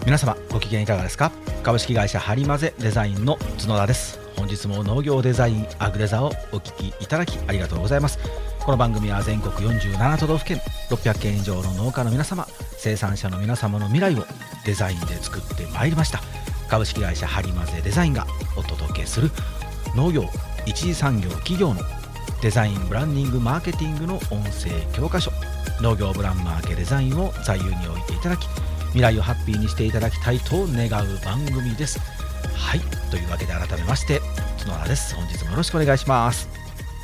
皆様ご機嫌いかがですか。株式会社ハリマゼデザインの角田です。本日も農業デザインアグデザをお聞きいただきありがとうございます。この番組は全国47都道府県600件以上の農家の皆様、生産者の皆様の未来をデザインで作ってまいりました株式会社ハリマゼデザインがお届けする農業一次産業企業のデザインブランディングマーケティングの音声教科書、農業ブランマーケデザインを座右に置いていただき、未来をハッピーにしていただきたいと願う番組です。はい、というわけで改めまして角田です。本日もよろしくお願いします。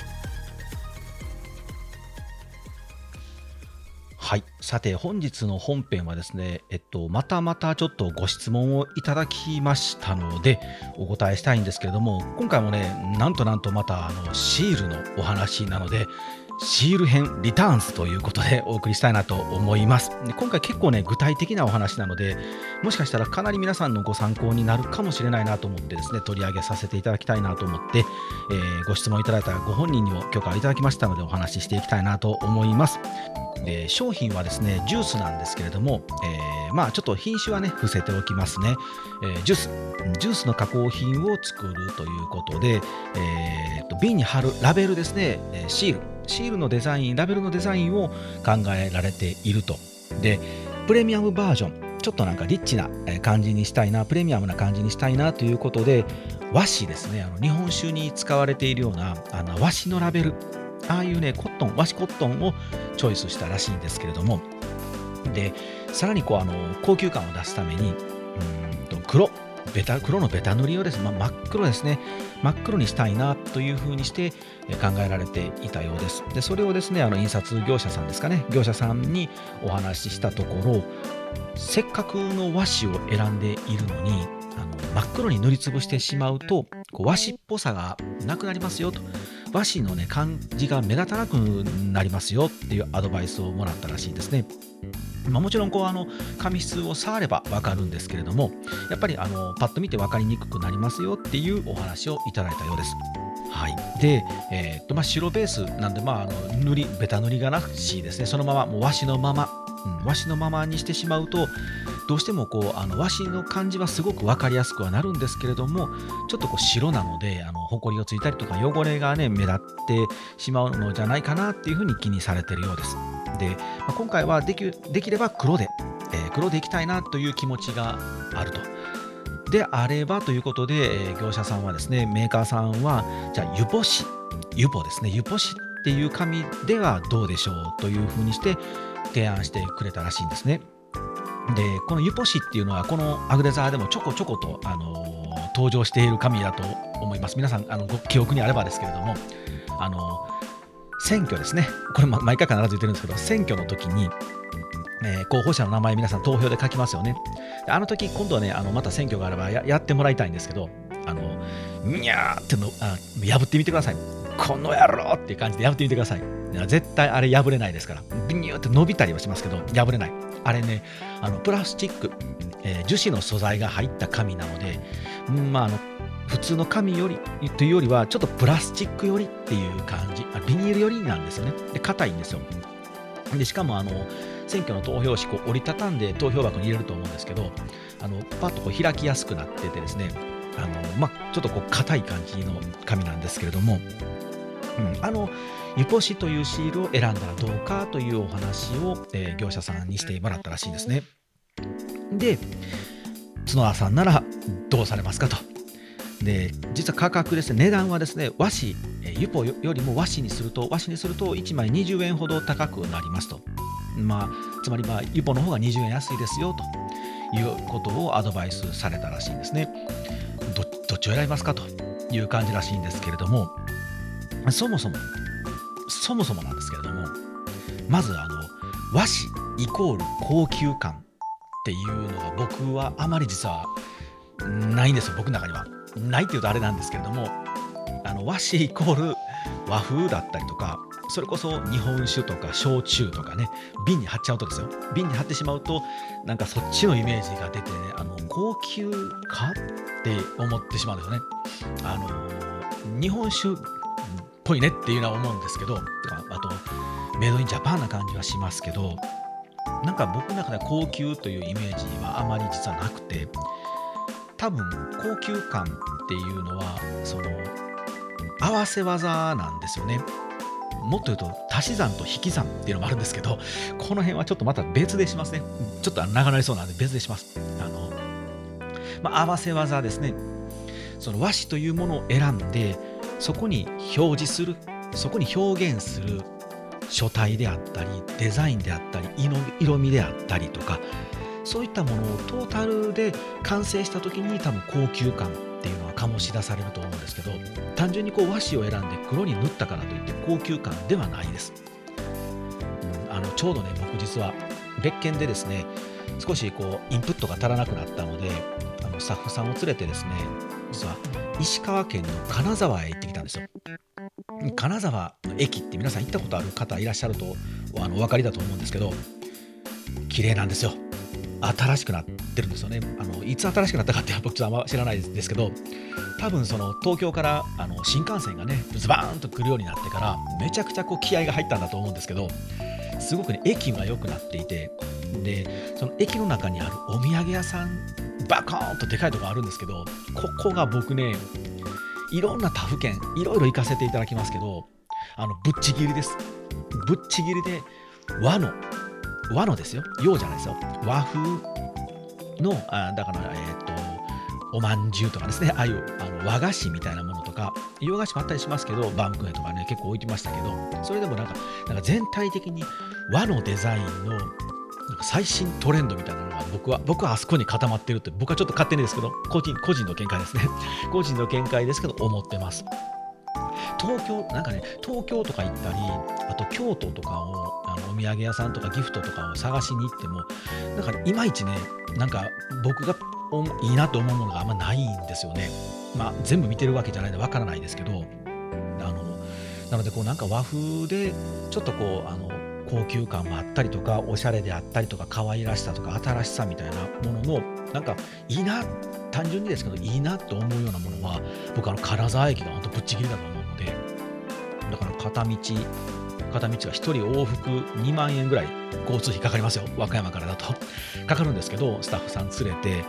はい、さて本日の本編はですね、またちょっとご質問をいただきましたのでお答えしたいんですけれども、今回もね、なんとまたシールのお話なので、シール編リターンズということでお送りしたいなと思います。で、今回結構ね具体的なお話なので、もしかしたらかなり皆さんのご参考になるかもしれないなと思ってですね、取り上げさせていただきたいなと思って、ご質問いただいたご本人にも許可をいただきましたのでお話ししていきたいなと思います。で、商品はですねジュースなんですけれども、ちょっと品種はね伏せておきますね。ジュースの加工品を作るということで、瓶に貼るラベルですね、シールのデザイン、ラベルのデザインを考えられていると。で、プレミアムバージョン、ちょっとなんかリッチな感じにしたいな、プレミアムな感じにしたいなということで、和紙ですね、日本酒に使われているような和紙のラベル、ああいうね和紙コットンをチョイスしたらしいんですけれども、でさらに高級感を出すために黒のベタ塗りをですね、真っ黒ですね、真っ黒にしたいなというふうにして考えられていたようです。で、それをですね印刷業者さんですかね、業者さんにお話ししたところ、せっかくの和紙を選んでいるのに真っ黒に塗りつぶしてしまうと和紙っぽさがなくなりますよと、和紙のね感じが目立たなくなりますよっていうアドバイスをもらったらしいんですね。もちろん紙質を触れば分かるんですけれども、やっぱりパッと見て分かりにくくなりますよっていうお話をいただいたようです。はい、で、白ベースなんで、ベタ塗りがなしですね、そのままもう和紙のままにしてしまうと、どうしても和紙の感じはすごく分かりやすくはなるんですけれども、ちょっと白なのでほこりをついたりとか汚れがね目立ってしまうのじゃないかなっていうふうに気にされているようです。で、今回はできれば黒でいきたいなという気持ちがあると。であればということで、業者さんはですね、メーカーさんはじゃあユポですね、ユポ紙っていう紙ではどうでしょうというふうにして提案してくれたらしいんですね。で、このユポ紙っていうのはこのアグデザーでもちょこちょこと、登場している紙だと思います。皆さんご記憶にあればですけれども、選挙ですね、これ毎回必ず言ってるんですけど、選挙の時に候補者の名前皆さん投票で書きますよね。で時今度はねまた選挙があれば やってもらいたいんですけど、にゃーって破ってみてください。この野郎っていう感じで破ってみてください。絶対あれ破れないですから。ビニューって伸びたりはしますけど破れない。あれねプラスチック、樹脂の素材が入った紙なので、普通の紙よりというよりはちょっとプラスチックよりっていう感じ、ビニールよりなんですよね。で硬いんですよ。でしかも選挙の投票紙折りたたんで投票箱に入れると思うんですけど、パッと開きやすくなっててですね、ちょっと硬い感じの紙なんですけれども、ユポ紙というシールを選んだらどうかというお話を、業者さんにしてもらったらしいんですね。で、角田さんならどうされますかと。で、実は価格ですね、値段はですね、和紙、ユポよりも和紙にすると1枚20円ほど高くなりますと。つまりユポの方が20円安いですよということをアドバイスされたらしいんですね。どっちを選びますかという感じらしいんですけれども、そもそもなんですけれども、まず和紙イコール高級感っていうのが僕はあまり実はないんですよ。僕の中にはないっていうとあれなんですけれども、和紙イコール和風だったりとか、それこそ日本酒とか焼酎とかね、瓶に貼っちゃうとですよ、瓶に貼ってしまうとなんかそっちのイメージが出てね、高級かって思ってしまうんですよね。日本酒っぽいねっていうのは思うんですけど、あとメイドインジャパンな感じはしますけど、 なんか僕の中では高級というイメージはあまり実はなくて、多分高級感っていうのはその合わせ技なんですよね。もっと言うと足し算と引き算っていうのもあるんですけど、この辺はちょっとまた別でしますね。ちょっと長なりそうなんで別でします。合わせ技ですね。その和紙というものを選んで、そこに表示する、そこに表現する書体であったり、デザインであったり、色味であったりとか、そういったものをトータルで完成した時に多分高級感っていうのは醸し出されると思うんですけど、単純にこう和紙を選んで黒に塗ったからといって高級感ではないです。ちょうどね、僕実は別件でですね、少しこうインプットが足らなくなったので、スタッフさんを連れてですね、実は石川県の金沢へ行ってきたんですよ。金沢の駅って皆さん行ったことある方いらっしゃるとお分かりだと思うんですけど、綺麗なんですよ。新しくなってるんですよね。いつ新しくなったかって僕ちょっとあんま知らないですけど、多分その東京から新幹線がねズバーンと来るようになってからめちゃくちゃこう気合が入ったんだと思うんですけど、すごくね駅が良くなっていて、でその駅の中にあるお土産屋さん、バコーンとでかいところあるんですけど、ここが僕ね、いろんな他府県いろいろ行かせていただきますけど、ぶっちぎりです。ぶっちぎりで和のですよ、洋じゃないですよ、和風のだからおまんじゅうとかですね、ああいう和菓子みたいなものとか、洋菓子もあったりしますけど、バームクーヘンとかね結構置いてましたけど、それでもなんか全体的に和のデザインのなんか最新トレンドみたいなのが僕はあそこに固まってるって、僕はちょっと勝手にですけど、個人の見解ですね個人の見解ですけど思ってます。東京とか行ったり、あと京都とかをお土産屋さんとかギフトとかを探しに行っても、なんかいまいちね、なんか僕がいいなと思うものがあんまないんですよね。全部見てるわけじゃないのでわからないですけど、なのでこうなんか和風でちょっとこう高級感もあったりとか、おしゃれであったりとか、可愛らしさとか新しさみたいなもののなんかいいな、単純にですけどいいなと思うようなものは、僕金沢駅が本当ぶっちぎりだと思うので、だから片道が1人往復2万円ぐらい交通費かかりますよ。和歌山からだとかかるんですけど、スタッフさん連れて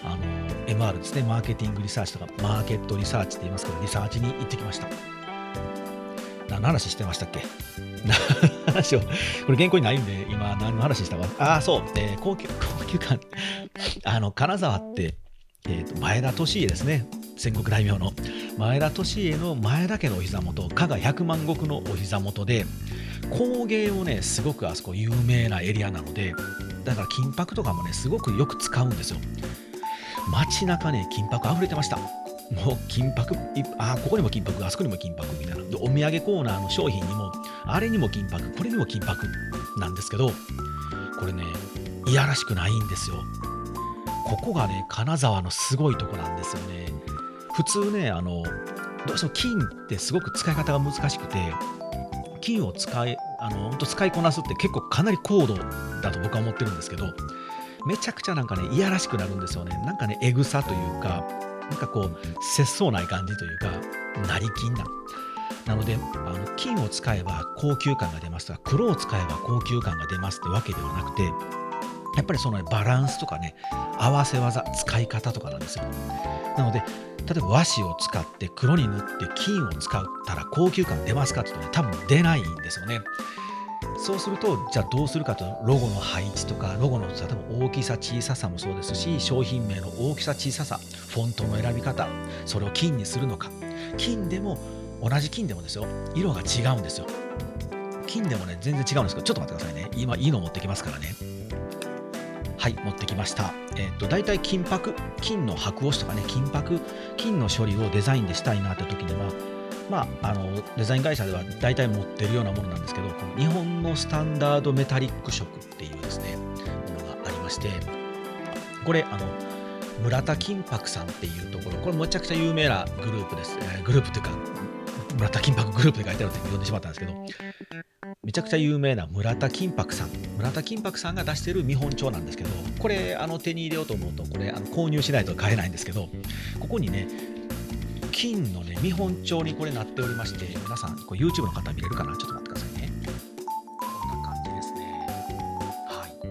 MR ですね、マーケティングリサーチとかマーケットリサーチって言いますけど、リサーチに行ってきました。何の話してましたっけ話をこれ原稿にないんで今何の話したか。そう、高級感金沢って、前田利家ですね、戦国大名の前田利家の前田家のお膝元、加賀百万石のお膝元で、工芸をねすごくあそこ有名なエリアなので、だから金箔とかもねすごくよく使うんですよ。街中ね金箔溢れてました。もう金箔、ここにも金箔、あそこにも金箔みたいな。でお土産コーナーの商品にもあれにも金箔、これにも金箔なんですけど、これねいやらしくないんですよ。ここがね金沢のすごいとこなんですよね。普通ねどうしても金ってすごく使い方が難しくて、金を本当使いこなすって結構かなり高度だと僕は思ってるんですけど、めちゃくちゃなんかねいやらしくなるんですよね。なんかねえぐさというか、なんかこう節操ない感じというか、成金なので金を使えば高級感が出ますとか、黒を使えば高級感が出ますってわけではなくて、やっぱりその、バランスとかね、合わせ技、使い方とかなんですよ。なので例えば和紙を使って黒に塗って金を使ったら高級感出ますかって言うとね、多分出ないんですよね。そうするとじゃあどうするかと、ロゴの配置とか、ロゴの例えば大きさ小ささもそうですし、商品名の大きさ小ささ、フォントの選び方、それを金にするのか。同じ金でもですよ、色が違うんですよ。金でもね全然違うんですけど、ちょっと待ってくださいね。今いいの持ってきますからね。はい、持ってきました。だいたい金箔、金の箔押しとかね、金の処理をデザインでしたいなって時には、デザイン会社では大体持ってるようなものなんですけど、この日本のスタンダードメタリック色っていうですねものがありまして、これ村田金箔さんっていうところ、これめちゃくちゃ有名なグループです。グループというか村田金箔グループで書いてあるって呼んでしまったんですけど、めちゃくちゃ有名な村田金箔さんが出している見本帳なんですけど、これ手に入れようと思うとこれ購入しないと買えないんですけど、ここにね金のね見本帳にこれなっておりまして、皆さんこれ YouTube の方見れるかな、ちょっと待ってくださいね。こんな感じですね。はい。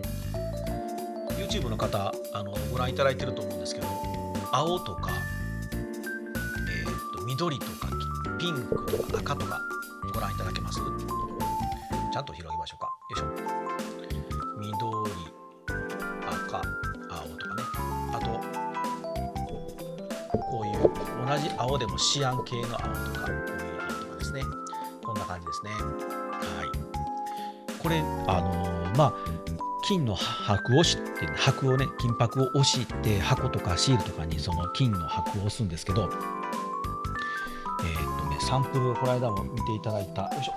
YouTube の方ご覧いただいてると思うんですけど、青とか、緑とかピンクとか赤とかご覧いただけます？ちゃんと広げましょうか。よいしょ。緑、赤、青とかね。あとこういう同じ青でもシアン系の青とか、こういう青とかですね。こんな感じですね。はい。これ金の箔押しって箔をね、金箔を押して箱とかシールとかにその金の箔を押すんですけど、サンプルをこの間も見ていただいた、よいしょ、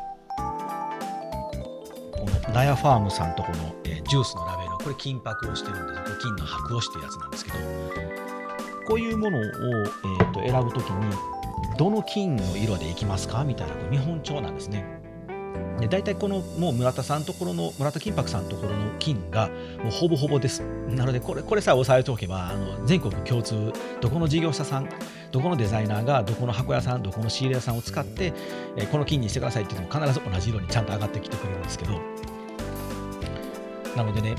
このナヤファームさんとこの、ジュースのラベル、これ金箔をしてるんです。これ金の箔押しっていうやつなんですけど、こういうものを、選ぶときにどの金の色でいきますかみたいな、これ見本帳なんですね。で大体このもう村田金箔さんのところの金がもうほぼほぼです。なのでこれさえ押さえておけば全国共通、どこの事業者さん、どこのデザイナーがどこの箱屋さん、どこの仕入れ屋さんを使って、この金にしてくださいっていうのも必ず同じ色にちゃんと上がってきてくれるんですけど、なのでね、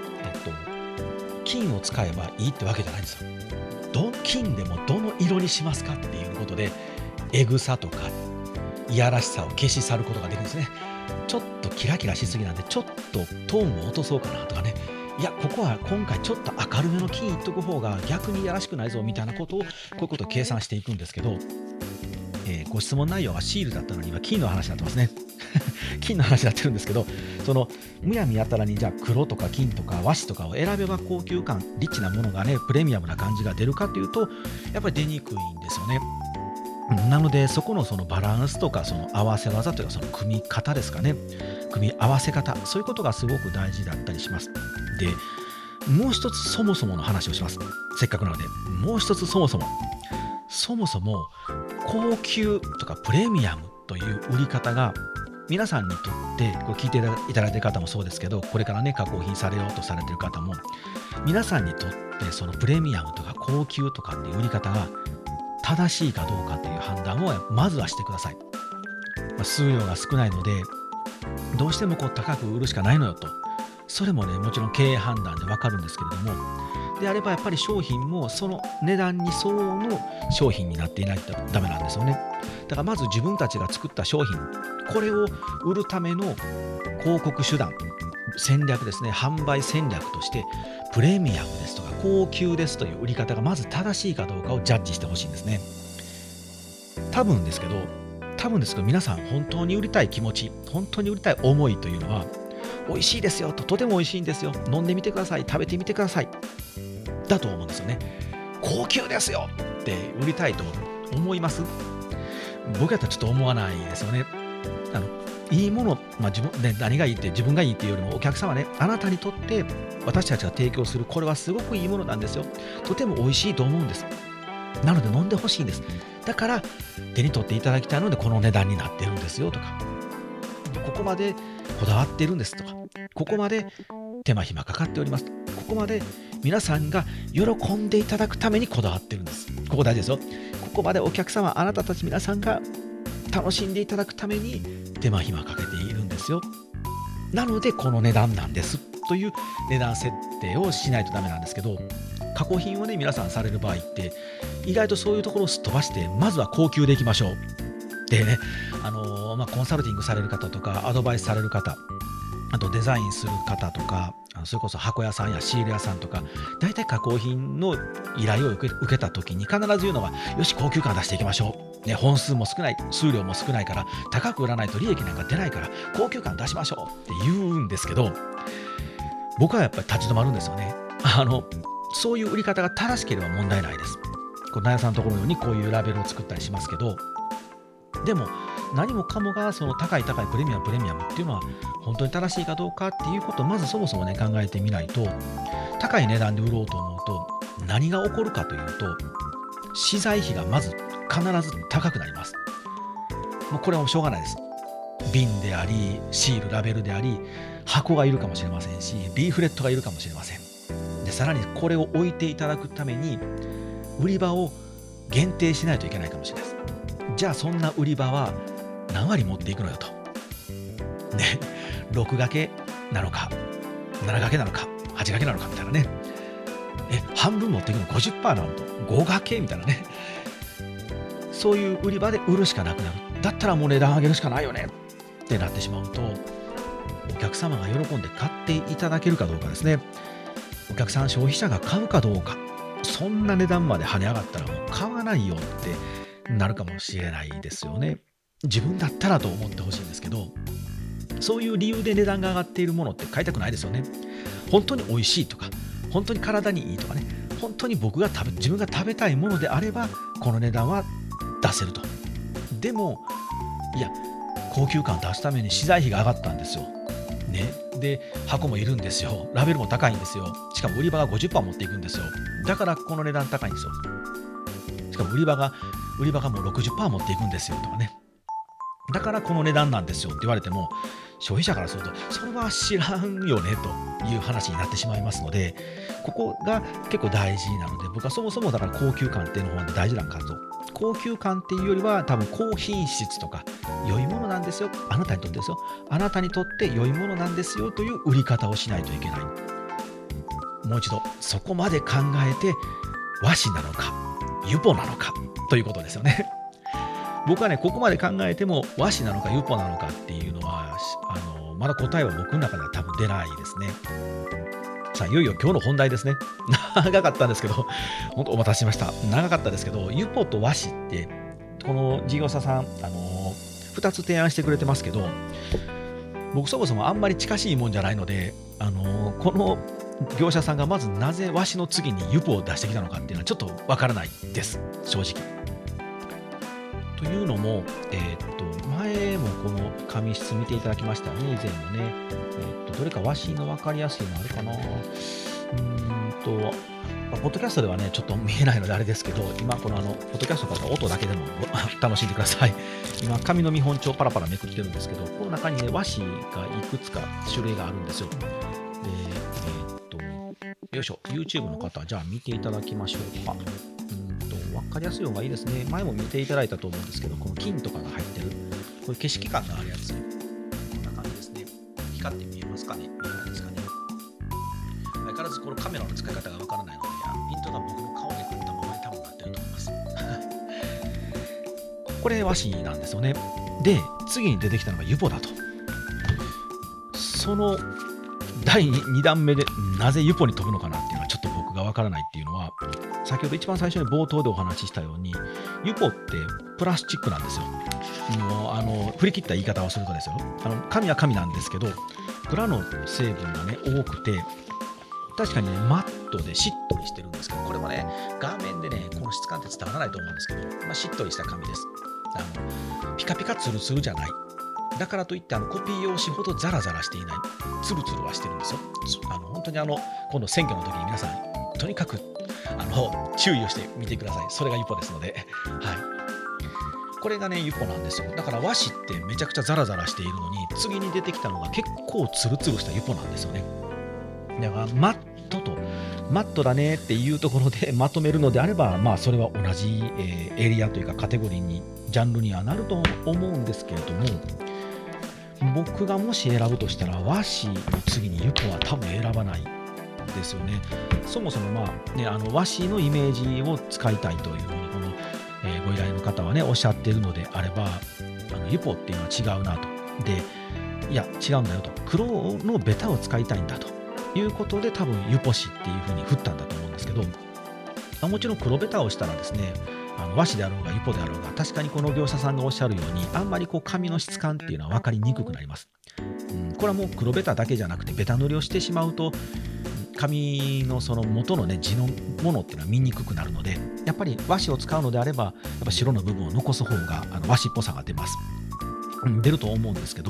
金を使えばいいってわけじゃないんですよ。金でもどの色にしますかっていうことでエグさとかいやらしさを消し去ることができるんですね。ちょっとキラキラしすぎなんでちょっとトーンを落とそうかなとかね、いやここは今回ちょっと明るめの金いっとく方が逆にいやらしくないぞみたいなことをこういうことを計算していくんですけど、ご質問内容はシールだったのに今金の話になってますね金の話になってるんですけど、そのむやみやたらにじゃあ黒とか金とか和紙とかを選べば高級感リッチなものがねプレミアムな感じが出るかというとやっぱり出にくいんですよね。なのでそこのそのバランスとかその合わせ技というかその組み方ですかね、組み合わせ方、そういうことがすごく大事だったりします。でもう一つそもそもの話をします。せっかくなのでもう一つそもそも高級とかプレミアムという売り方が皆さんにとってこれ聞いていただいている方もそうですけど、これからね加工品されようとされている方も皆さんにとってそのプレミアムとか高級とかっていう売り方が正しいかどうかという判断をまずはしてください。数量が少ないのでどうしてもこう高く売るしかないのよと、それもねもちろん経営判断でわかるんですけれども、であればやっぱり商品もその値段に相応の商品になっていないとダメなんですよね。だからまず自分たちが作った商品、これを売るための広告手段、戦略ですね、販売戦略としてプレミアムですとか高級ですという売り方がまず正しいかどうかをジャッジしてほしいんですね。多分ですけど皆さん本当に売りたい気持ち、本当に売りたい思いというのは美味しいですよと、とても美味しいんですよ、飲んでみてください、食べてみてくださいだと思うんですよね。高級ですよって売りたいと思います？僕やったらちょっと思わないですよね。いいもの、自分で何がいいって自分がいいっていうよりもお客様ね、あなたにとって私たちが提供するこれはすごくいいものなんですよ、とても美味しいと思うんです、なので飲んでほしいんです、だから手に取っていただきたいのでこの値段になってるんですよとか、ここまでこだわってるんですとか、ここまで手間暇かかっております、ここまで皆さんが喜んでいただくためにこだわってるんです、ここ大事ですよ、ここまでお客様あなたたち皆さんが楽しんでいただくために手間暇かけているんですよ、なのでこの値段なんですという値段設定をしないとダメなんですけど、加工品をね皆さんされる場合って意外とそういうところをすっ飛ばしてまずは高級でいきましょうでね、コンサルティングされる方とかアドバイスされる方、あとデザインする方とか、それこそ箱屋さんや仕入れ屋さんとか、大体加工品の依頼を受けた時に必ず言うのが、よし高級感出していきましょう、ね、本数も少ない、数量も少ないから高く売らないと利益なんか出ないから高級感出しましょうって言うんですけど、僕はやっぱり立ち止まるんですよね。そういう売り方が正しければ問題ないです。このナヤさんのところのようにこういうラベルを作ったりしますけど、でも何もかもがその高いプレミアムっていうのは本当に正しいかどうかっていうことをまずそもそもね考えてみないと、高い値段で売ろうと思うと何が起こるかというと、資材費がまず必ず高くなります。もうこれはもうしょうがないです。瓶でありシールラベルであり箱がいるかもしれませんし、リーフレットがいるかもしれません。でさらにこれを置いていただくために売り場を限定しないといけないかもしれないです。じゃあそんな売り場は何割持っていくのよと。ね、6掛けなのか7掛けなのか8掛けなのかみたいなね。 半分持っていくの 50% なのと合掛けみたいなね、そういう売り場で売るしかなくなる。だったらもう値段上げるしかないよねってなってしまうと、お客様が喜んで買っていただけるかどうかですね。お客さん、消費者が買うかどうか、そんな値段まで跳ね上がったらもう買わないよってなるかもしれないですよね。自分だったらと思ってほしいんですけど、そういう理由で値段が上がっているものって買いたくないですよね。本当に美味しいとか、本当に体にいいとかね、本当に自分が食べたいものであれば、この値段は出せると。でも、いや、高級感を出すために資材費が上がったんですよ。ね。で、箱もいるんですよ。ラベルも高いんですよ。しかも売り場が 50% 持っていくんですよ。だからこの値段高いんですよ。しかも売り場がもう 60% 持っていくんですよとかね。だからこの値段なんですよって言われても、消費者からするとそれは知らんよねという話になってしまいますので、ここが結構大事なので、僕はそもそもだから高級感っていうの方が大事なんかと。高級感っていうよりは多分高品質とか良いものなんですよ、あなたにとってですよ、あなたにとって良いものなんですよという売り方をしないといけない。もう一度そこまで考えて、和紙なのかユポなのかということですよね。僕はね、ここまで考えても和紙なのかユポなのかっていうのはまだ答えは僕の中では多分出ないですね。さあ、いよいよ今日の本題ですね。長かったんですけど、本当お待たせしました。長かったですけど、ユポと和紙ってこの事業者さん2つ提案してくれてますけど、僕そもそもあんまり近しいもんじゃないので、この業者さんがまずなぜ和紙の次にユポを出してきたのかっていうのはちょっとわからないです、正直。というのも、前もこの紙質見ていただきましたよね、以前もね。どれか和紙の分かりやすいのあるかな。ポッドキャストではね、ちょっと見えないのであれですけど、今このポッドキャストから音だけでも楽しんでください。今、紙の見本帳パラパラめくってるんですけど、この中にね、和紙がいくつか種類があるんですよ。よいしょ、YouTube の方、じゃあ見ていただきましょうか。分かりやすい方がいいですね。前も見ていただいたと思うんですけど、この金とかが入ってる、これ景色感があるやつ、こんな感じですね。光って見えますかね、見えないですかね。相変わらずこのカメラの使い方がわからないので、ピントが僕の顔にあったままに多分なってると思います。これ和紙なんですよね。で、次に出てきたのがユポだと。その第2弾目でなぜユポに飛ぶのかなっていうのはちょっと僕がわからないっていうのは、先ほど一番最初に冒頭でお話ししたように、ユポってプラスチックなんですよ。もう振り切った言い方をするとですよ、紙は紙なんですけど、プラの成分がね多くて、確かにねマットでしっとりしてるんですけど、これもね画面でねこの質感って伝わらないと思うんですけど、しっとりした紙です。ピカピカツルツルじゃない。だからといってコピー用紙ほどザラザラしていない、ツルツルはしてるんですよ。本当に今度選挙の時に皆さんとにかく注意をしてみてください。それがユポですので、はい。これがねユポなんですよ。だから和紙ってめちゃくちゃザラザラしているのに、次に出てきたのが結構ツルツルしたユポなんですよね。だからマットだねっていうところでまとめるのであれば、それは同じエリアというかカテゴリーにジャンルにはなると思うんですけれども、僕がもし選ぶとしたら和紙の次にユポは多分選ばないですよね。そもそも和紙のイメージを使いたいというふうにこの、ご依頼の方はねおっしゃっているのであれば、ユポっていうのは違うなと。で、いや違うんだよと。黒のベタを使いたいんだということで、多分ユポ紙っていうふうに振ったんだと思うんですけど、もちろん黒ベタをしたらですね、和紙であろうがユポであろうが、確かにこの業者さんがおっしゃるようにあんまり紙の質感っていうのは分かりにくくなります。これはもう黒ベタだけじゃなくてベタ塗りをしてしまうと、紙のその元のね地のものっていうのは見にくくなるので、やっぱり和紙を使うのであれば、やっぱ白の部分を残す方が和紙っぽさが出ます。出ると思うんですけど、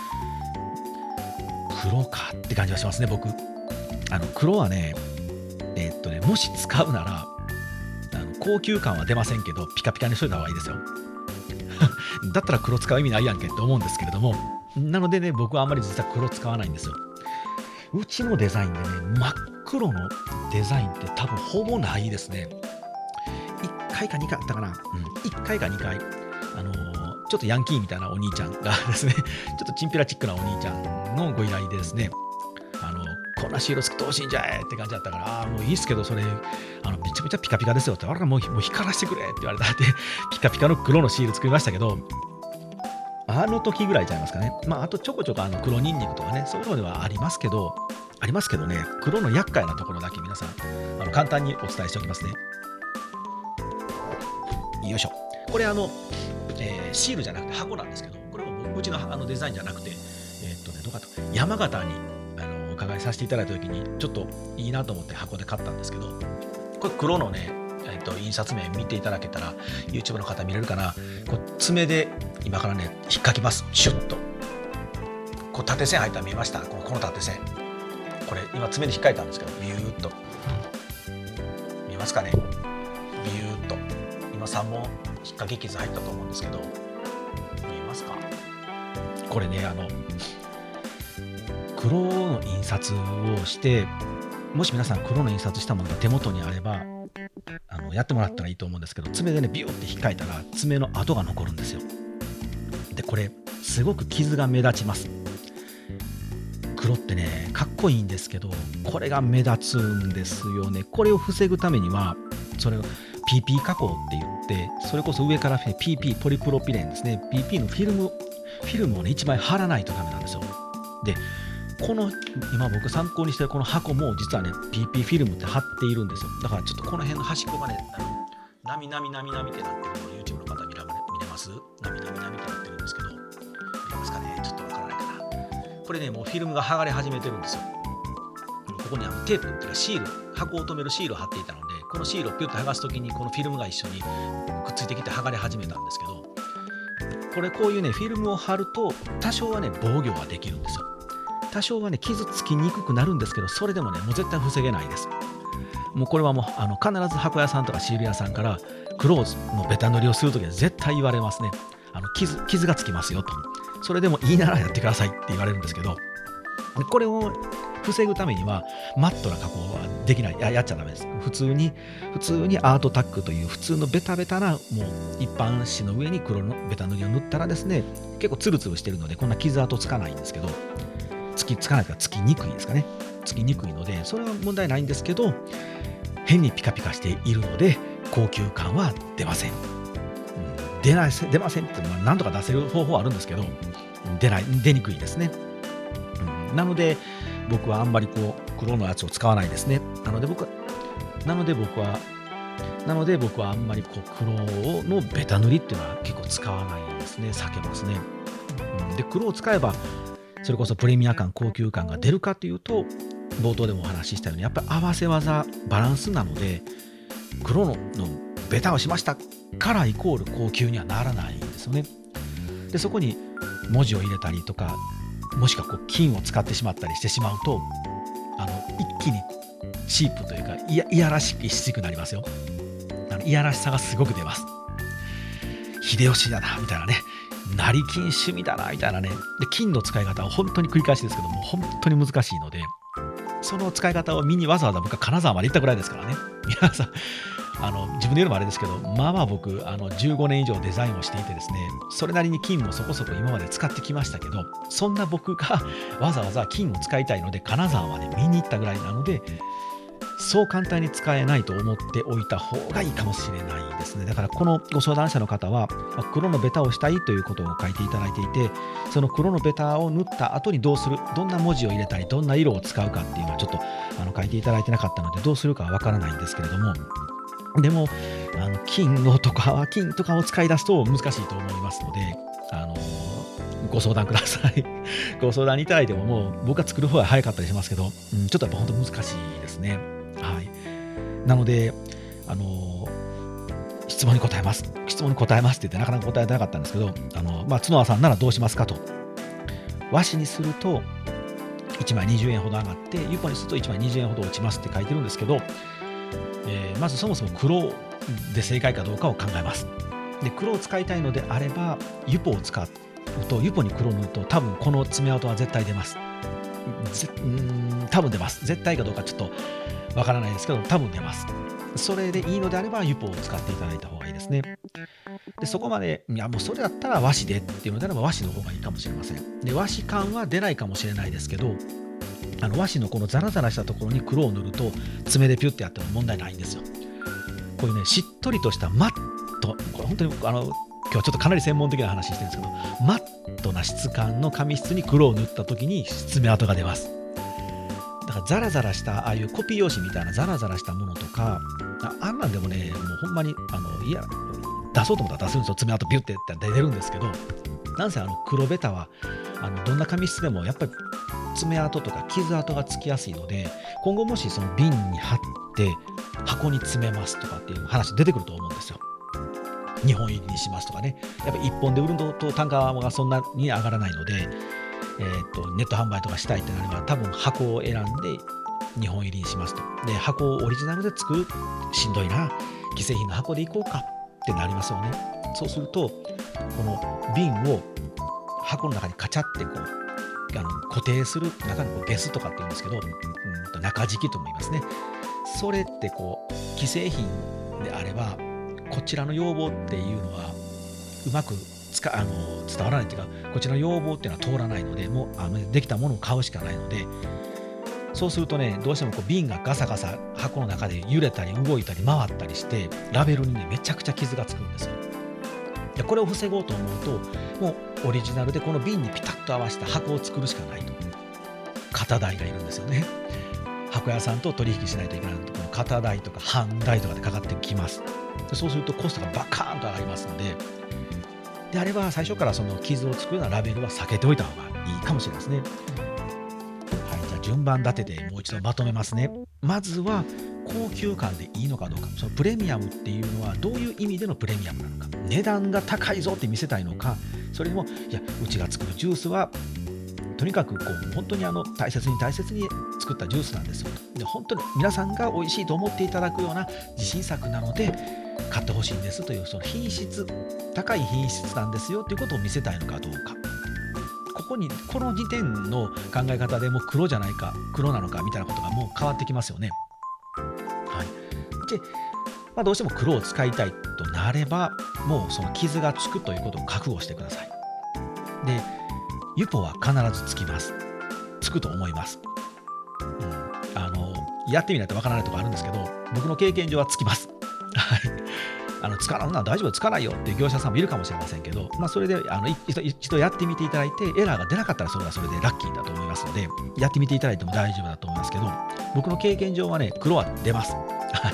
黒かって感じがしますね、僕。黒はね、もし使うなら高級感は出ませんけど、ピカピカにしといた方がいいですよ。だったら黒使う意味ないやんけって思うんですけれども、なのでね、僕はあんまり実は黒使わないんですよ。うちのデザインでね、真っ黒のデザインって多分ほぼないですね。1回か2回あったかな。1回か2回。ちょっとヤンキーみたいなお兄ちゃんがですね、ちょっとチンピラチックなお兄ちゃんのご依頼でですね、 こんなシールつけてほしいんじゃえって感じだったから、もういいっすけど、それめちゃめちゃピカピカですよって、あらもう光らせてくれって言われたって、ピカピカの黒のシール作りましたけど、あの時ぐらいちゃいますかね。あとちょこちょこ黒ニンニクとかね、そういうのではありますけどね、黒の厄介なところだけ皆さん簡単にお伝えしておきますね。よいしょ。これシールじゃなくて箱なんですけど、これもうちのデザインじゃなくて、どうかと山形にお伺いさせていただいた時にちょっといいなと思って箱で買ったんですけど、これ黒のね、印刷面見ていただけたら YouTube の方見れるかな。こう爪で今からね引っかきます。シュッとこう縦線入ったら見えました。この縦線、これ今爪で引っかいたんですけど、ビューッと見えますかね。ビューッと今3本引っかき傷入ったと思うんですけど、見えますか。これね黒の印刷をして、もし皆さん黒の印刷したものが手元にあればやってもらったらいいと思うんですけど、爪でねビューって引っかいたら爪の跡が残るんですよ。でこれすごく傷が目立ちます。黒ってねかっこいいんですけど、これが目立つんですよね。これを防ぐためにはそれを PP 加工って言って、それこそ上から PP ポリプロピレンですね、 PP のフィルムをね1枚貼らないとダメなんですよ。でこの今僕参考にしてるこの箱も実はね PP フィルムって貼っているんですよ。だからちょっとこの辺の端っこがねなみってなってるのを YouTube の方見れます。なみってなってるんですけど、見れますかね。ちょっとわからないかな。これねもうフィルムが剥がれ始めてるんですよ。ここにテープっていうかシール、箱を留めるシールを貼っていたので、このシールをピュッと剥がすときにこのフィルムが一緒にくっついてきて剥がれ始めたんですけど、こういうねフィルムを貼ると多少はね防御はできるんですよ。多少はね傷つきにくくなるんですけど、それでもねもう絶対防げないです。もうこれはもう必ず箱屋さんとかシール屋さんからクローズのベタ塗りをするときは絶対言われますね。傷がつきますよと。それでもいいならやってくださいって言われるんですけど、これを防ぐためにはマットな加工はできない。やっちゃダメです。普通にアートタックという普通のベタベタなもう一般紙の上に黒のベタ塗りを塗ったらですね、結構ツルツルしてるのでこんな傷跡つかないんですけど、つかないからつきにくいですかね。つきにくいのでそれは問題ないんですけど、変にピカピカしているので高級感は出ません。出ませんって何とか出せる方法はあるんですけど、出にくいですね。なので僕はあんまり黒のやつを使わないですね。なので僕はあんまり黒のベタ塗りっていうのは結構使わないですね。避けますね。で黒を使えばそれこそプレミア感、高級感が出るかというと、冒頭でもお話ししたようにやっぱり合わせ技バランスなので、黒のベタをしましたからイコール高級にはならないんですよね。でそこに文字を入れたりとか、もしくは金を使ってしまったりしてしまうと一気にチープというかいやらしくなりますよ。いやらしさがすごく出ます。秀吉だなみたいなね、成金趣味だなみたいなね。で金の使い方は本当に繰り返しですけども本当に難しいので、その使い方を見にわざわざ僕は金沢まで行ったぐらいですからね。皆さん自分で言うのもあれですけど、僕15年以上デザインをしていてですね、それなりに金もそこそこ今まで使ってきましたけど、そんな僕がわざわざ金を使いたいので金沢まで見に行ったぐらいなので、そう簡単に使えないと思っておいた方がいいかもしれないですね。だからこのご相談者の方は黒のベタをしたいということを書いていただいていて、その黒のベタを塗った後にどうする、どんな文字を入れたりどんな色を使うかっていうのはちょっと書いていただいてなかったので、どうするかはわからないんですけれども、でも金とかを使い出すと難しいと思いますので、ご相談ください。ご相談いただいても、もう僕が作る方が早かったりしますけど、ちょっとやっぱ本当難しいですね。はい。なので質問に答えますって言ってなかなか答えなかったんですけど、角輪さんならどうしますかと。和紙にすると1枚20円ほど上がって、ユポにすると1枚20円ほど落ちますって書いてるんですけど、まずそもそも黒で正解かどうかを考えます。で黒を使いたいのであればユポを使うと、ユポに黒を塗ると多分この爪痕は絶対出ます。多分出ます。絶対かどうかちょっとわからないですけど多分出ます。それでいいのであればユポを使っていただいた方がいいですね。でそこまでもうそれだったら和紙でっていうのであれば和紙の方がいいかもしれません。で和紙感は出ないかもしれないですけど、 和紙のこのザラザラしたところに黒を塗ると爪でピュッてやっても問題ないんですよ。こういうねしっとりとしたマット、これ本当に今日はちょっとかなり専門的な話してるんですけど、マットな質感の紙質に黒を塗った時に爪痕が出ます。だからザラザラしたああいうコピー用紙みたいなザラザラしたものとか、あんなんでもねもうほんまに出そうと思ったら出せるんですよ。爪痕ビュッてやったら出るんですけど、なんせ黒ベタはどんな紙質でもやっぱり爪痕とか傷跡がつきやすいので、今後もしその瓶に貼って箱に詰めますとかっていう話出てくると思うんですよ。2本入りにしますとかね。やっぱり1本で売るのと単価がそんなに上がらないので、ネット販売とかしたいってなれば多分箱を選んで2本入りにしますと。で箱をオリジナルで作るしんどいな、既製品の箱でいこうかってなりますよね。そうするとこの瓶を箱の中にカチャってこう固定する中にベスとかって言うんですけど、中敷きとも言いますね。それってこう既製品であればこちらの要望っていうのはうまく伝わらないというか、こちらの要望っていうのは通らないので、もうできたものを買うしかないので、そうするとねどうしてもこう瓶がガサガサ箱の中で揺れたり動いたり回ったりしてラベルにねめちゃくちゃ傷がつくんですよ。でこれを防ごうと思うともうオリジナルでこの瓶にピタッと合わせた箱を作るしかないと。型代がいるんですよね。箱屋さんと取引しないといけないので、この型代とか販代とかでかかってきます。でそうするとコストがバカーンと上がりますので、であれば最初からその傷をつくようなラベルは避けておいた方がいいかもしれないですね。はい、じゃあ順番立ててもう一度まとめますね。まずは高級感でいいのかどうか、そのプレミアムっていうのはどういう意味でのプレミアムなのか、値段が高いぞって見せたいのか、それともいやうちが作るジュースはとにかくこう本当に大切に作ったジュースなんですよと。で本当に皆さんが美味しいと思っていただくような自信作なので買ってほしいんですという、その高い品質なんですよということを見せたいのかどうか。この時点の考え方でもう黒じゃないか黒なのかみたいなことがもう変わってきますよね。はい。で、どうしても黒を使いたいとなればもうその傷がつくということを覚悟してください。でユポは必ずつきます。つくと思います。やってみないとわからないところあるんですけど、僕の経験上はつきます。はい。つかないな、大丈夫つかないよっていう業者さんもいるかもしれませんけど、それで一度やってみていただいてエラーが出なかったらそれはそれでラッキーだと思いますので、やってみていただいても大丈夫だと思いますけど、僕の経験上はね黒は出ます。はい。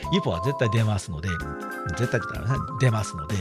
ユポは絶対出ますので、出ますので、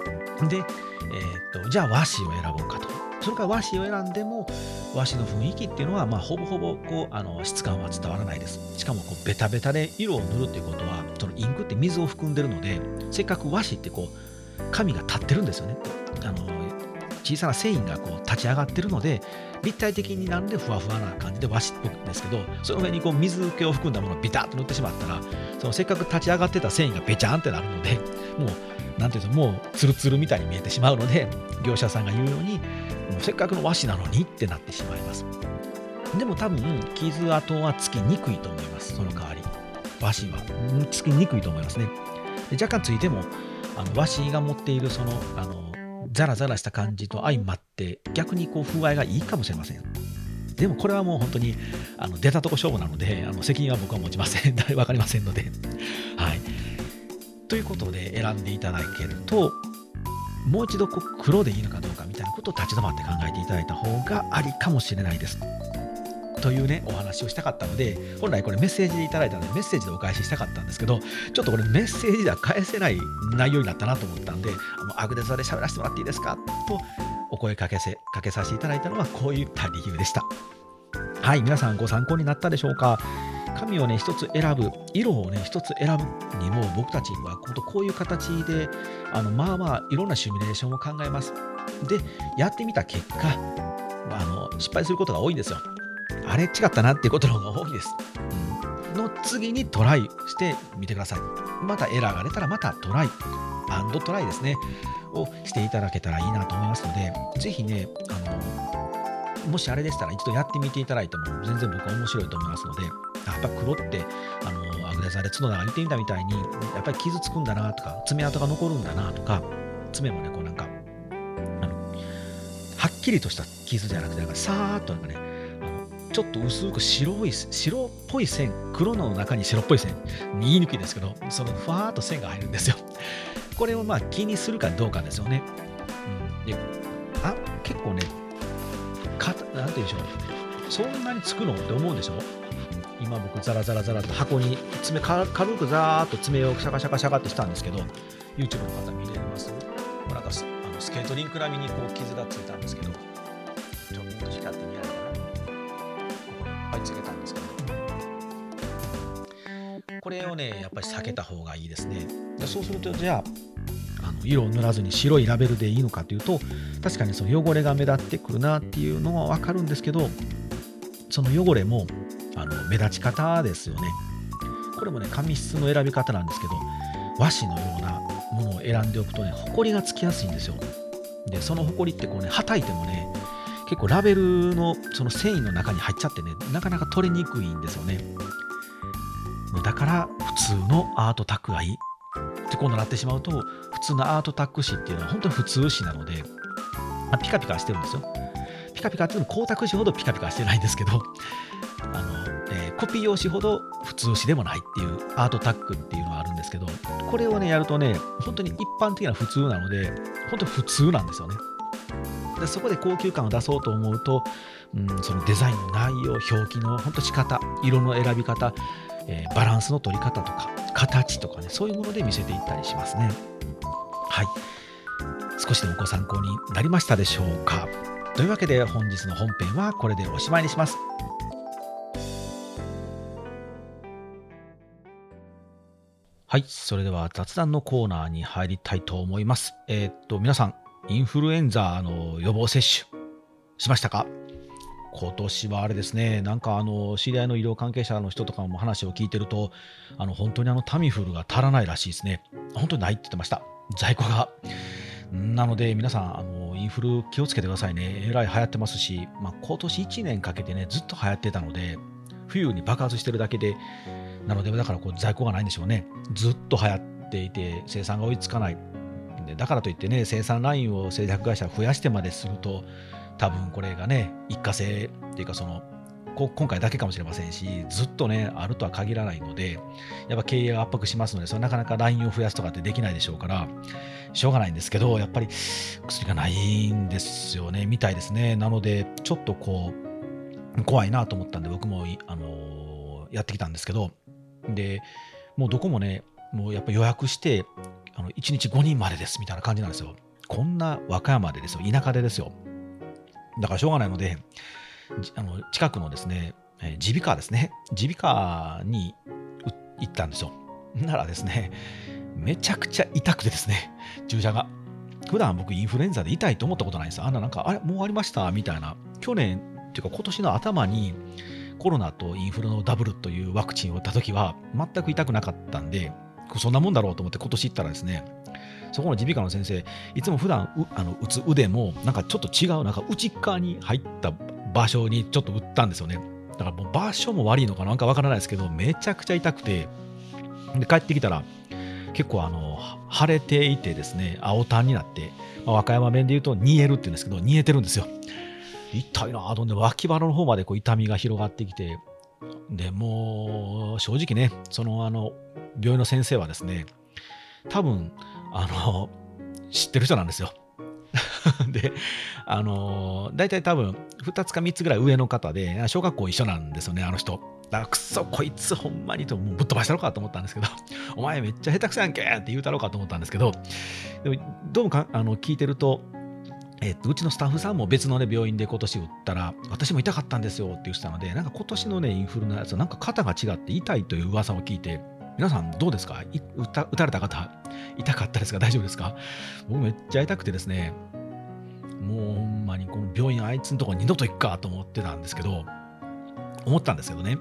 じゃあ和紙を選ぼうかと。それから和紙を選んでも和紙の雰囲気っていうのはほぼほぼ質感は伝わらないです。しかもベタベタで色を塗るっていうことはそのインクって水を含んでるので、せっかく和紙って紙が立ってるんですよね。小さな繊維が立ち上がってるので立体的になるんでふわふわな感じで和紙っぽくんですけど、その上に水気を含んだものをビタッと塗ってしまったらそのせっかく立ち上がってた繊維がべちゃんってなるので、もうなんていうともうツルツルみたいに見えてしまうので、業者さんが言うようにもうせっかくの和紙なのにってなってしまいます。でも多分傷跡はつきにくいと思います。その代わり和紙はつきにくいと思いますね。で若干ついても和紙が持っているそのザラザラした感じと相まって逆に風合いがいいかもしれません。でもこれはもう本当に出たとこ勝負なので責任は僕は持ちません。わかりませんので。はい。ということで選んでいただけるともう一度黒でいいのかどうかみたいなことを立ち止まって考えていただいた方がありかもしれないです。というねお話をしたかったので、本来これメッセージでいただいたのでメッセージでお返ししたかったんですけど、ちょっとこれメッセージでは返せない内容になったなと思ったんで、アグデザで喋らせてもらっていいですかとお声かけさせていただいたのはこういった理由でした。はい、皆さんご参考になったでしょうか。紙をね一つ選ぶ、色をね一つ選ぶにも僕たちはこういう形でいろんなシミュレーションを考えます。でやってみた結果失敗することが多いんですよ。あれ違ったなっていうことの方が多いです。の次にトライしてみてください。またエラーが出たらまたトライですねをしていただけたらいいなと思いますので、ぜひねもしあれでしたら一度やってみていただいても全然僕は面白いと思いますので、やっぱ黒ってアグレザで角田が言ってみたみたいにやっぱり傷つくんだなとか爪痕が残るんだなとか、爪もねはっきりとした傷じゃなくてさーっとちちょっと薄く白っぽい線、黒の中に白っぽい線、言いにくいですけど、そのふわーっと線が入るんですよ。これをまあ気にするかどうかですよね。で、結構ね、なんて言うんでしょう。そんなにつくのって思うんでしょ。今僕ザラザラザラと箱に軽くザーっと爪をシャカシャカシャカってしたんですけど、YouTube の方見れます？なんかスケートリンク並みにこう傷がついたんですけど、ちょっと光って見えないかな。ここにいっぱいつけたんですけど、これをね、やっぱり避けた方がいいですね。そうすると、じゃあ、色を塗らずに白いラベルでいいのかというと、確かにその汚れが目立ってくるなっていうのは分かるんですけど、その汚れも目立ち方ですよね。これもね、紙質の選び方なんですけど、和紙のようなものを選んでおくとね、ホコリがつきやすいんですよ。で、そのホコリってこうね、はたいてもね、結構ラベルのその繊維の中に入っちゃってね、なかなか取れにくいんですよね。だから普通のアートタックがいいってこうなってしまうと、普通のアートタック紙っていうのは本当に普通紙なので、ピカピカしてるんですよ。ピカピカっていうのも光沢紙ほどピカピカしてないんですけど、コピー用紙ほど普通紙でもないっていうアートタックっていうのがあるんですけど、これをねやるとね、本当に一般的な普通なので、本当に普通なんですよね。でそこで高級感を出そうと思うと、そのデザインの内容、表記の本当仕方、色の選び方、バランスの取り方とか形とかね、そういうもので見せていったりしますね。はい、少しでもご参考になりましたでしょうか。というわけで本日の本編はこれでおしまいにします。はい、それでは雑談のコーナーに入りたいと思います。皆さん、インフルエンザの予防接種しましたか？今年はあれですね、なんか知り合いの医療関係者の人とかも話を聞いてると、本当にタミフルが足らないらしいですね。本当にないって言ってました。在庫が。なので皆さん、インフル気をつけてくださいね。えらい流行ってますし、今年1年かけてね、ずっと流行ってたので、冬に爆発してるだけで、なのでだから在庫がないんでしょうね。ずっと流行っていて、生産が追いつかない。でだからといってね、生産ラインを製薬会社増やしてまですると、多分これがね、一過性っていうか今回だけかもしれませんし、ずっとね、あるとは限らないので、やっぱ経営が圧迫しますので、なかなかラインを増やすとかってできないでしょうから、しょうがないんですけど、やっぱり薬がないんですよね、みたいですね。なので、ちょっと怖いなと思ったんで、僕も、やってきたんですけど、で、もうどこもね、もうやっぱ予約して、1日5人までですみたいな感じなんですよ。こんな和歌山でですよ、田舎でですよ。だからしょうがないので、近くのですね、耳鼻科ですね、耳鼻科に行ったんですよ。ならですね、めちゃくちゃ痛くてですね、注射が。普段僕インフルエンザで痛いと思ったことないんですよ。なんか、あれ、もう終わりましたみたいな。去年っていうか今年の頭にコロナとインフルのダブルというワクチンを打った時は全く痛くなかったんで、そんなもんだろうと思って今年行ったらですね、そこの耳鼻科の先生、いつも普段打つ腕もなんかちょっと違う、なんか内側に入った場所にちょっと打ったんですよね。だからもう場所も悪いのかなんかわからないですけど、めちゃくちゃ痛くて、で帰ってきたら結構腫れていてですね、青タンになって、和歌山弁で言うと煮えるって言うんですけど、煮えてるんですよ。痛いなぁと思って、脇腹の方まで痛みが広がってきて、でもう正直ね、病院の先生はですね、多分知ってる人なんですよ。で、大体多分2つか3つぐらい上の方で、小学校一緒なんですよね、あの人。だからくそこいつほんまにともうぶっ飛ばしたのかと思ったんですけど、お前めっちゃ下手くそやんけって言うたろうかと思ったんですけど、でもどうも聞いてると、うちのスタッフさんも別のね病院で今年打ったら、私も痛かったんですよって言ってたので、なんか今年のねインフルのやつはなんか肩が違って痛いという噂を聞いて、皆さんどうですか？打たれた方痛かったですか？大丈夫ですか？僕めっちゃ痛くてですね、もうほんまにこの病院あいつのとこ二度と行くかと思ったんですけどね、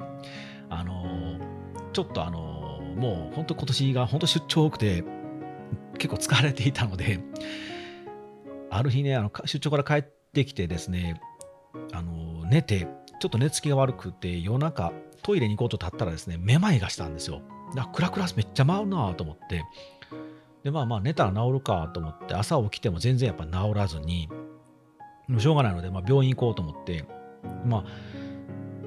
ちょっともう本当今年が本当出張多くて結構疲れていたので、ある日ね、出張から帰ってきてですね、寝て、ちょっと寝つきが悪くて、夜中、トイレに行こうと立ったらですね、めまいがしたんですよ。クラクラめっちゃ回るなと思って、で、寝たら治るかと思って、朝起きても全然やっぱ治らずに、しょうがないので、病院行こうと思って、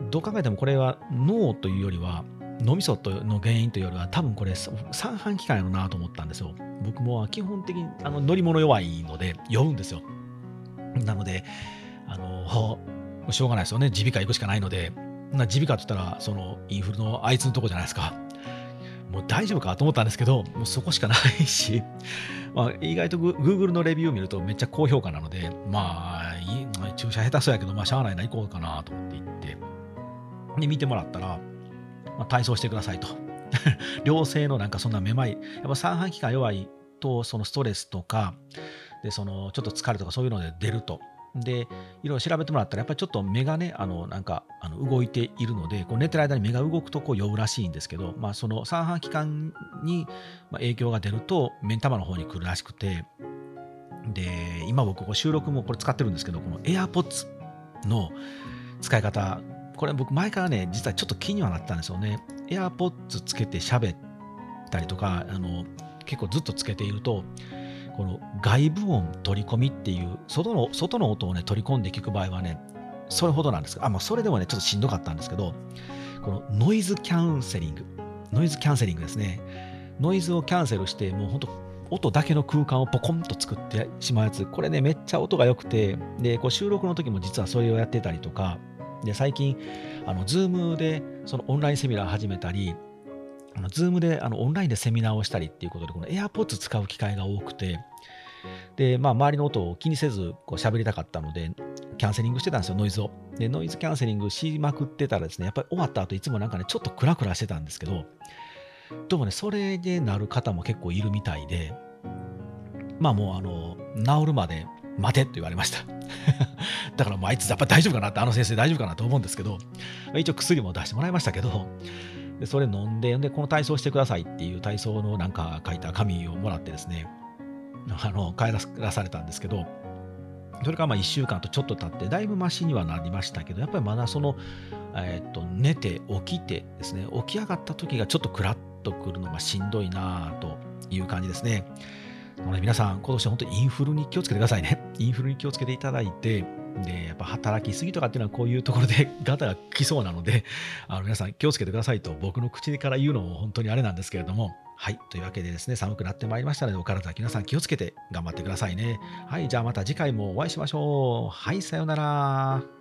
どう考えてもこれは脳というよりは、脳みその原因というよりは、多分これ、三半規管やろなと思ったんですよ。僕も基本的に乗り物弱いので酔うんですよ。なので、しょうがないですよね。耳鼻科行くしかないので、耳鼻科って言ったら、そのインフルのあいつのとこじゃないですか。もう大丈夫かと思ったんですけど、もうそこしかないし、意外とGoogle のレビューを見るとめっちゃ高評価なので、注射下手そうやけど、しゃあないな、行こうかなと思って行って、で、見てもらったら、体操してくださいと。良性のなんかそんなめまい、やっぱ三半規管弱いと、そのストレスとか、で、そのちょっと疲れとかそういうので出ると。で、いろいろ調べてもらったら、やっぱりちょっと目がね、なんか、動いているので、こう寝てる間に目が動くとこう酔うらしいんですけど、その三半規管に影響が出ると、目ん玉の方に来るらしくて、で、今僕、こう収録もこれ使ってるんですけど、この AirPods の使い方、これ僕前からね、実はちょっと気にはなったんですよね。AirPods つけて喋ったりとか、結構ずっとつけていると、この外部音取り込みっていう、外の音をね、取り込んで聞く場合はね、それほどなんですが、それでもね、ちょっとしんどかったんですけど、このノイズキャンセリングですね。ノイズをキャンセルして、もうほんと、音だけの空間をポコンと作ってしまうやつ。これね、めっちゃ音が良くて、で、こう収録の時も実はそれをやってたりとか、で、最近、Zoom でそのオンラインセミナー始めたり、Zoom でオンラインでセミナーをしたりっていうことで、この AirPods 使う機会が多くて、で、周りの音を気にせずこう喋りたかったので、キャンセリングしてたんですよ、ノイズを。で、ノイズキャンセリングしまくってたらですね、やっぱり終わった後いつもなんかね、ちょっとクラクラしてたんですけど、どうもね、それでなる方も結構いるみたいで、もう治るまで待てと言われました。だからもうあいつやっぱ大丈夫かなって、先生大丈夫かなと思うんですけど、一応薬も出してもらいましたけど、でそれ飲んで、この体操してくださいっていう体操のなんか書いた紙をもらってですね、帰らされたんですけど、それから1週間とちょっと経って、だいぶマシにはなりましたけど、やっぱりまだその、寝て起きてですね、起き上がった時がちょっとクラッとくるのがしんどいなという感じですね。なので皆さん、今年は本当にインフルに気をつけてくださいね。インフルに気をつけていただいて、で、やっぱ働きすぎとかっていうのはこういうところでガタが来そうなので、皆さん気をつけてくださいと僕の口から言うのも本当にあれなんですけれども、はい。というわけでですね、寒くなってまいりましたので、お体皆さん気をつけて頑張ってくださいね。はい。じゃあまた次回もお会いしましょう。はい。さようなら。